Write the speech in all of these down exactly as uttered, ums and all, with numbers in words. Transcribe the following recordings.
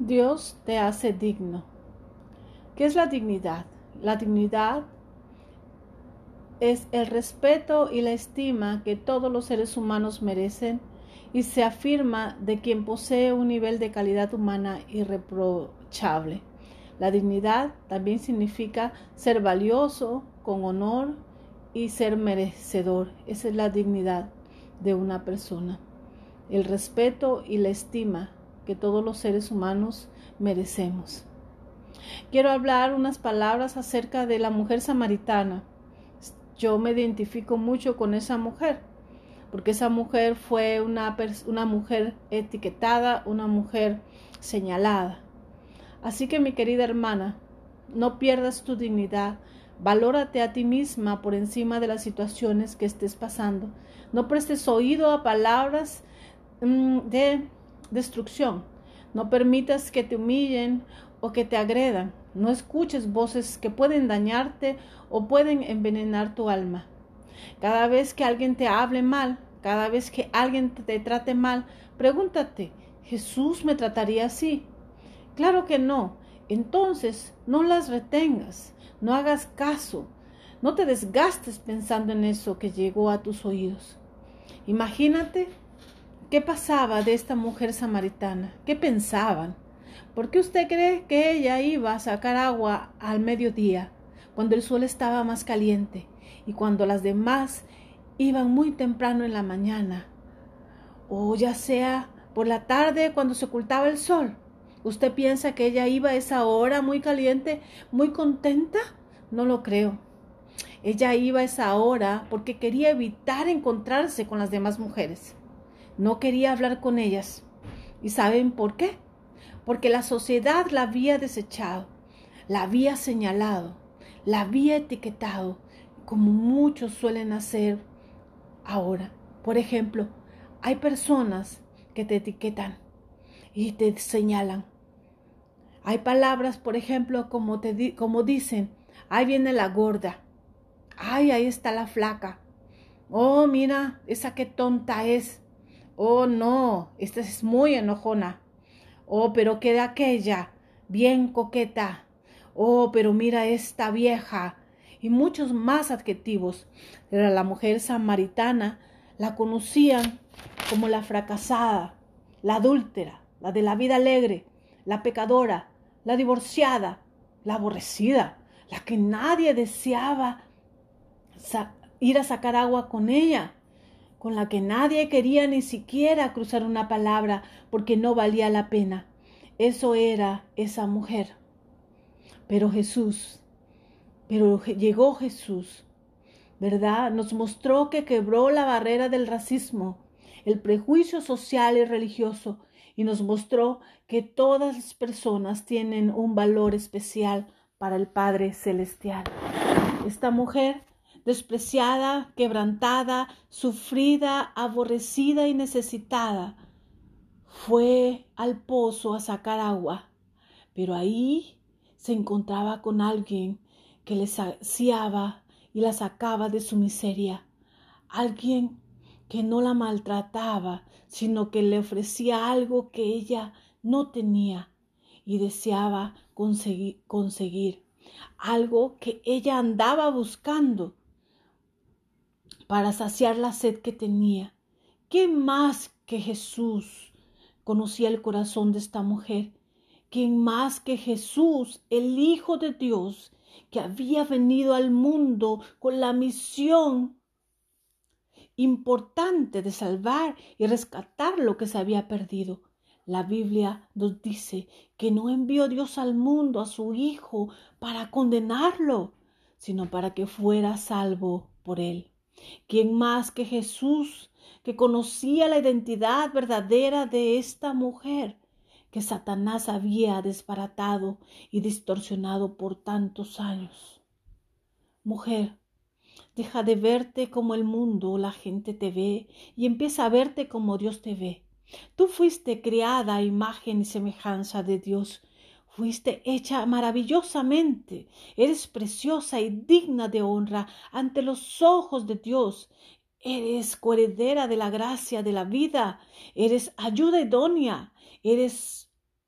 Dios te hace digno. ¿Qué es la dignidad? La dignidad es el respeto y la estima que todos los seres humanos merecen y se afirma de quien posee un nivel de calidad humana irreprochable. La dignidad también significa ser valioso, con honor y ser merecedor. Esa es la dignidad de una persona. El respeto y la estima que todos los seres humanos merecemos. Quiero hablar unas palabras acerca de la mujer samaritana. Yo me identifico mucho con esa mujer, porque esa mujer fue una, una mujer etiquetada, una mujer señalada. Así que, mi querida hermana, no pierdas tu dignidad. Valórate a ti misma por encima de las situaciones que estés pasando. No prestes oído a palabras mmm, de destrucción. No permitas que te humillen o que te agredan. No escuches voces que pueden dañarte o pueden envenenar tu alma. Cada vez que alguien te hable mal, cada vez que alguien te trate mal, pregúntate, ¿Jesús me trataría así? Claro que no. Entonces, no las retengas, no hagas caso, no te desgastes pensando en eso que llegó a tus oídos. Imagínate qué pasaba de esta mujer samaritana, qué pensaban. ¿Por qué usted cree que ella iba a sacar agua al mediodía, cuando el sol estaba más caliente y cuando las demás iban muy temprano en la mañana? O ya sea por la tarde cuando se ocultaba el sol. ¿Usted piensa que ella iba a esa hora muy caliente, muy contenta? No lo creo. Ella iba a esa hora porque quería evitar encontrarse con las demás mujeres. No quería hablar con ellas. ¿Y saben por qué? Porque la sociedad la había desechado, la había señalado, la había etiquetado, como muchos suelen hacer ahora. Por ejemplo, hay personas que te etiquetan y te señalan. Hay palabras, por ejemplo, como, te di- como dicen, ahí viene la gorda, ay, ahí está la flaca, oh, mira, esa qué tonta es, oh, no, esta es muy enojona, oh, pero qué de aquella, bien coqueta, oh, pero mira esta vieja, y muchos más adjetivos. Era la mujer samaritana, la conocían como la fracasada, la adúltera, la de la vida alegre, la pecadora, la divorciada, la aborrecida, la que nadie deseaba ir a sacar agua con ella, con la que nadie quería ni siquiera cruzar una palabra porque no valía la pena. Eso era esa mujer. Pero Jesús, pero llegó Jesús, ¿verdad? Nos mostró que quebró la barrera del racismo, el prejuicio social y religioso, y nos mostró que todas las personas tienen un valor especial para el Padre Celestial. Esta mujer, despreciada, quebrantada, sufrida, aborrecida y necesitada, fue al pozo a sacar agua, pero ahí se encontraba con alguien que le saciaba y la sacaba de su miseria, alguien que no la maltrataba, sino que le ofrecía algo que ella no tenía y deseaba conseguir, conseguir, algo que ella andaba buscando para saciar la sed que tenía. ¿Qué más que Jesús conocía el corazón de esta mujer? ¿Quién más que Jesús, el Hijo de Dios, que había venido al mundo con la misión importante de salvar y rescatar lo que se había perdido? La Biblia nos dice que no envió Dios al mundo a su Hijo para condenarlo, sino para que fuera salvo por él. ¿Quién más que Jesús, que conocía la identidad verdadera de esta mujer que Satanás había desbaratado y distorsionado por tantos años? Mujer, deja de verte como el mundo o la gente te ve y empieza a verte como Dios te ve. Tú fuiste creada a imagen y semejanza de Dios. Fuiste hecha maravillosamente. Eres preciosa y digna de honra ante los ojos de Dios. Eres coheredera de la gracia de la vida. Eres ayuda idónea. Eres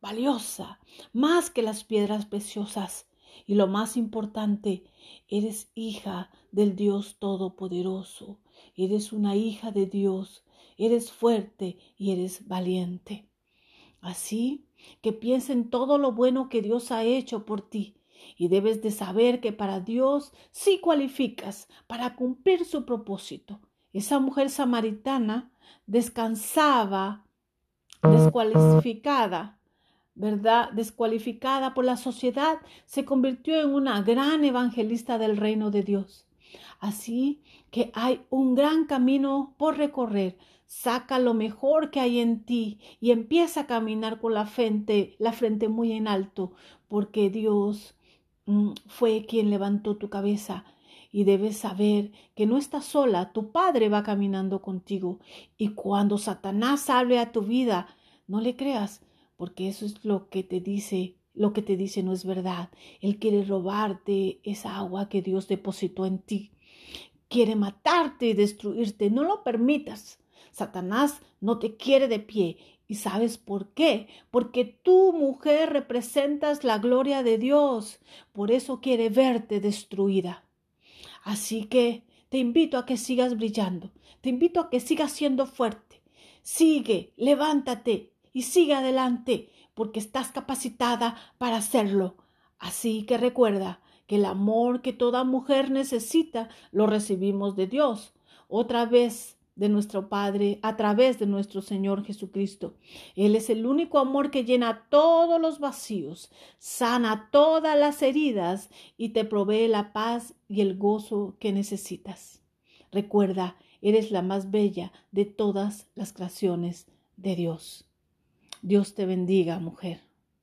valiosa, más que las piedras preciosas. Y lo más importante, eres hija del Dios Todopoderoso. Eres una hija de Dios. Eres fuerte y eres valiente. Así que piensa en todo lo bueno que Dios ha hecho por ti. Y debes de saber que para Dios sí cualificas para cumplir su propósito. Esa mujer samaritana descansaba descualificada, ¿verdad? Descualificada por la sociedad, se convirtió en una gran evangelista del reino de Dios. Así que hay un gran camino por recorrer. Saca lo mejor que hay en ti y empieza a caminar con la frente, la frente muy en alto, porque Dios mm, fue quien levantó tu cabeza. Y debes saber que no estás sola, tu Padre va caminando contigo. Y cuando Satanás hable a tu vida, no le creas, porque eso es lo que te dice, lo que te dice no es verdad. Él quiere robarte esa agua que Dios depositó en ti. Quiere matarte y destruirte, no lo permitas. Satanás no te quiere de pie. ¿Y sabes por qué? Porque tú, mujer, representas la gloria de Dios. Por eso quiere verte destruida. Así que te invito a que sigas brillando. Te invito a que sigas siendo fuerte. Sigue, levántate y sigue adelante, porque estás capacitada para hacerlo. Así que recuerda que el amor que toda mujer necesita lo recibimos de Dios, otra vez de nuestro Padre, a través de nuestro Señor Jesucristo. Él es el único amor que llena todos los vacíos, sana todas las heridas y te provee la paz y el gozo que necesitas. Recuerda, eres la más bella de todas las creaciones de Dios. Dios te bendiga, mujer.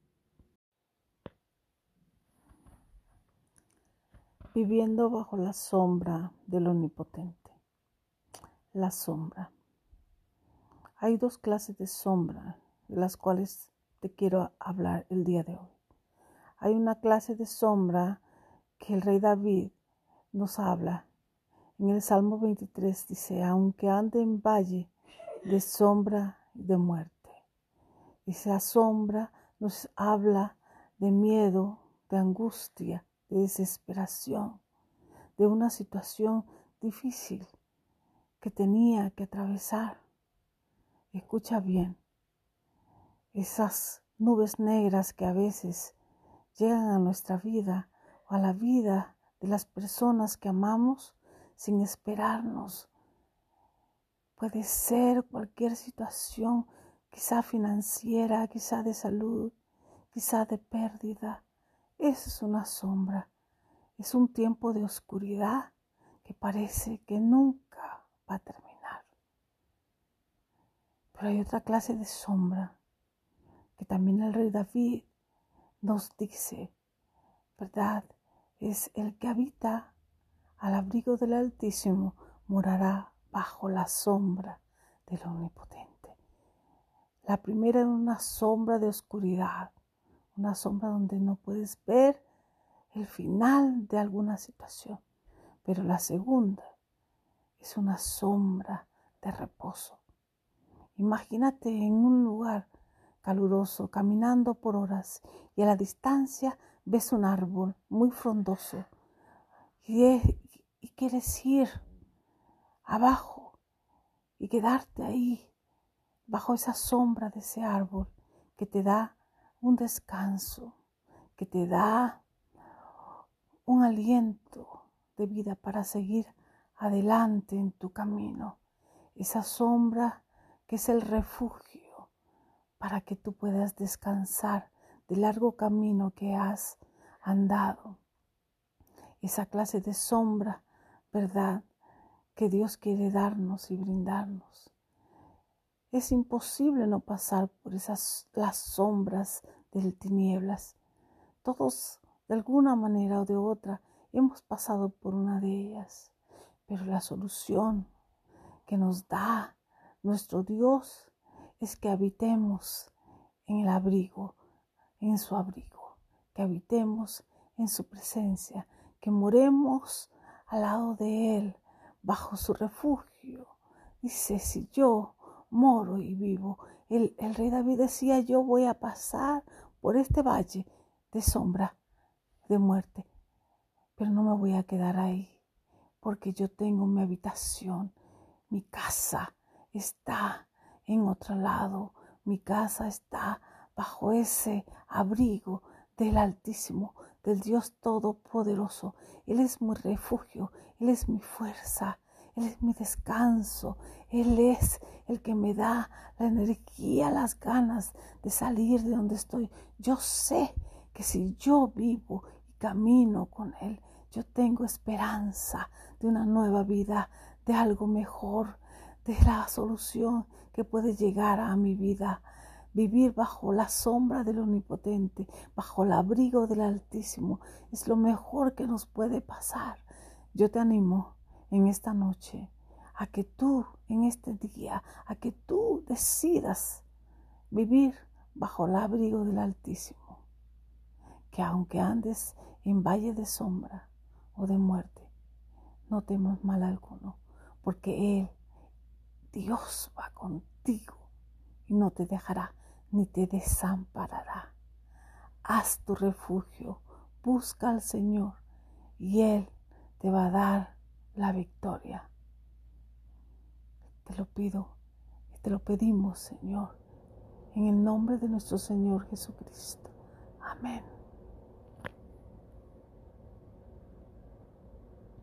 Viviendo bajo la sombra del Omnipotente. La sombra. Hay dos clases de sombra de las cuales te quiero hablar el día de hoy. Hay una clase de sombra que el rey David nos habla. En el Salmo veintitrés dice, aunque ande en valle de sombra y de muerte. Esa sombra nos habla de miedo, de angustia, de desesperación, de una situación difícil que tenía que atravesar. Escucha bien, esas nubes negras que a veces llegan a nuestra vida o a la vida de las personas que amamos sin esperarnos. Puede ser cualquier situación, quizá financiera, quizá de salud, quizá de pérdida. Esa es una sombra. Es un tiempo de oscuridad que parece que nunca va a terminar. Pero hay otra clase de sombra que también el rey David nos dice, ¿verdad? Es el que habita al abrigo del Altísimo, morará bajo la sombra del Omnipotente. La primera es una sombra de oscuridad, una sombra donde no puedes ver el final de alguna situación. Pero la segunda es una sombra de reposo. Imagínate en un lugar caluroso, caminando por horas, y a la distancia ves un árbol muy frondoso y, es, y quieres ir abajo y quedarte ahí bajo esa sombra de ese árbol que te da un descanso, que te da un aliento de vida para seguir adelante en tu camino. Esa sombra que es el refugio para que tú puedas descansar del largo camino que has andado. Esa clase de sombra, ¿verdad?, que Dios quiere darnos y brindarnos. Es imposible no pasar por esas las sombras de tinieblas. Todos, de alguna manera o de otra, hemos pasado por una de ellas. Pero la solución que nos da nuestro Dios es que habitemos en el abrigo, en su abrigo, que habitemos en su presencia, que moremos al lado de Él, bajo su refugio. Dice, si yo moro y vivo el, el rey David decía, yo voy a pasar por este valle de sombra, de muerte, pero no me voy a quedar ahí, porque yo tengo mi habitación, mi casa está en otro lado, mi casa está bajo ese abrigo del Altísimo, del Dios Todopoderoso. Él es mi refugio, Él es mi fuerza, Él es mi descanso, Él es el que me da la energía, las ganas de salir de donde estoy. Yo sé que si yo vivo y camino con Él, yo tengo esperanza de una nueva vida, de algo mejor, de la solución que puede llegar a mi vida. Vivir bajo la sombra del Omnipotente, bajo el abrigo del Altísimo, es lo mejor que nos puede pasar. Yo te animo en esta noche a que tú, en este día, a que tú decidas vivir bajo el abrigo del Altísimo. Que aunque andes en valle de sombra o de muerte, no temas mal alguno, porque Él, Dios, va contigo y no te dejará ni te desamparará. Haz tu refugio, busca al Señor y Él te va a dar la victoria. Te lo pido y te lo pedimos, Señor, en el nombre de nuestro Señor Jesucristo. Amén.